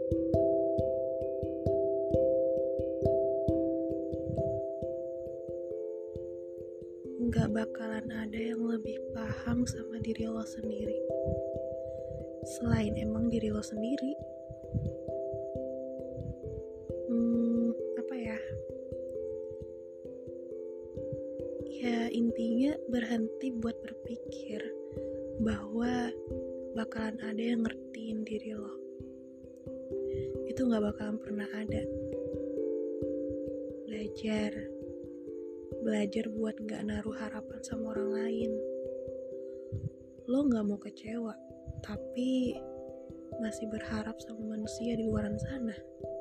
Gak bakalan ada yang lebih paham sama diri lo sendiri selain emang diri lo sendiri. Apa ya? Ya intinya berhenti buat berpikir bahwa bakalan ada yang ngertiin diri lo. Itu gak bakalan pernah ada. Belajar buat gak naruh harapan sama orang lain. Lo gak mau kecewa, tapi masih berharap sama manusia di luar sana.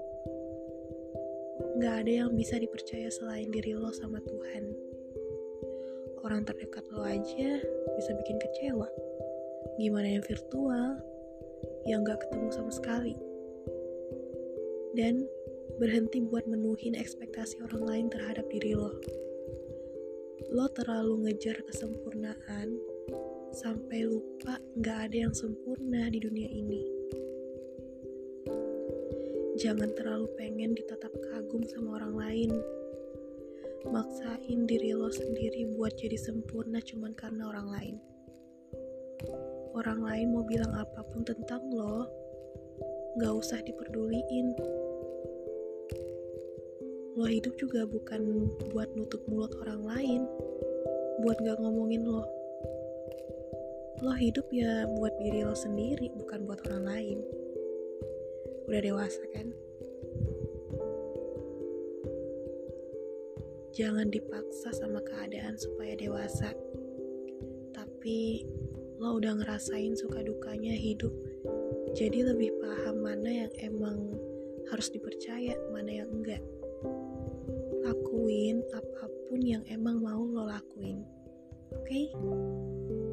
Gak ada yang bisa dipercaya selain diri lo sama Tuhan. Orang terdekat lo aja bisa bikin kecewa. Gimana yang virtual, yang gak ketemu sama sekali. Dan berhenti buat menuhin ekspektasi orang lain terhadap diri lo. Lo terlalu ngejar kesempurnaan sampai lupa gak ada yang sempurna di dunia ini. Jangan terlalu pengen ditatap kagum sama orang lain. Maksain diri lo sendiri buat jadi sempurna cuman karena orang lain. Orang lain mau bilang apapun tentang lo, gak usah diperduliin. Lo hidup juga bukan buat nutup mulut orang lain, buat gak ngomongin lo. Lo hidup ya buat diri lo sendiri, bukan buat orang lain. Udah dewasa kan? Jangan dipaksa sama keadaan supaya dewasa. Tapi lo udah ngerasain suka dukanya hidup. Jadi lebih paham mana yang emang harus dipercaya, mana yang enggak. Lakuin apapun yang emang mau lo lakuin. Oke?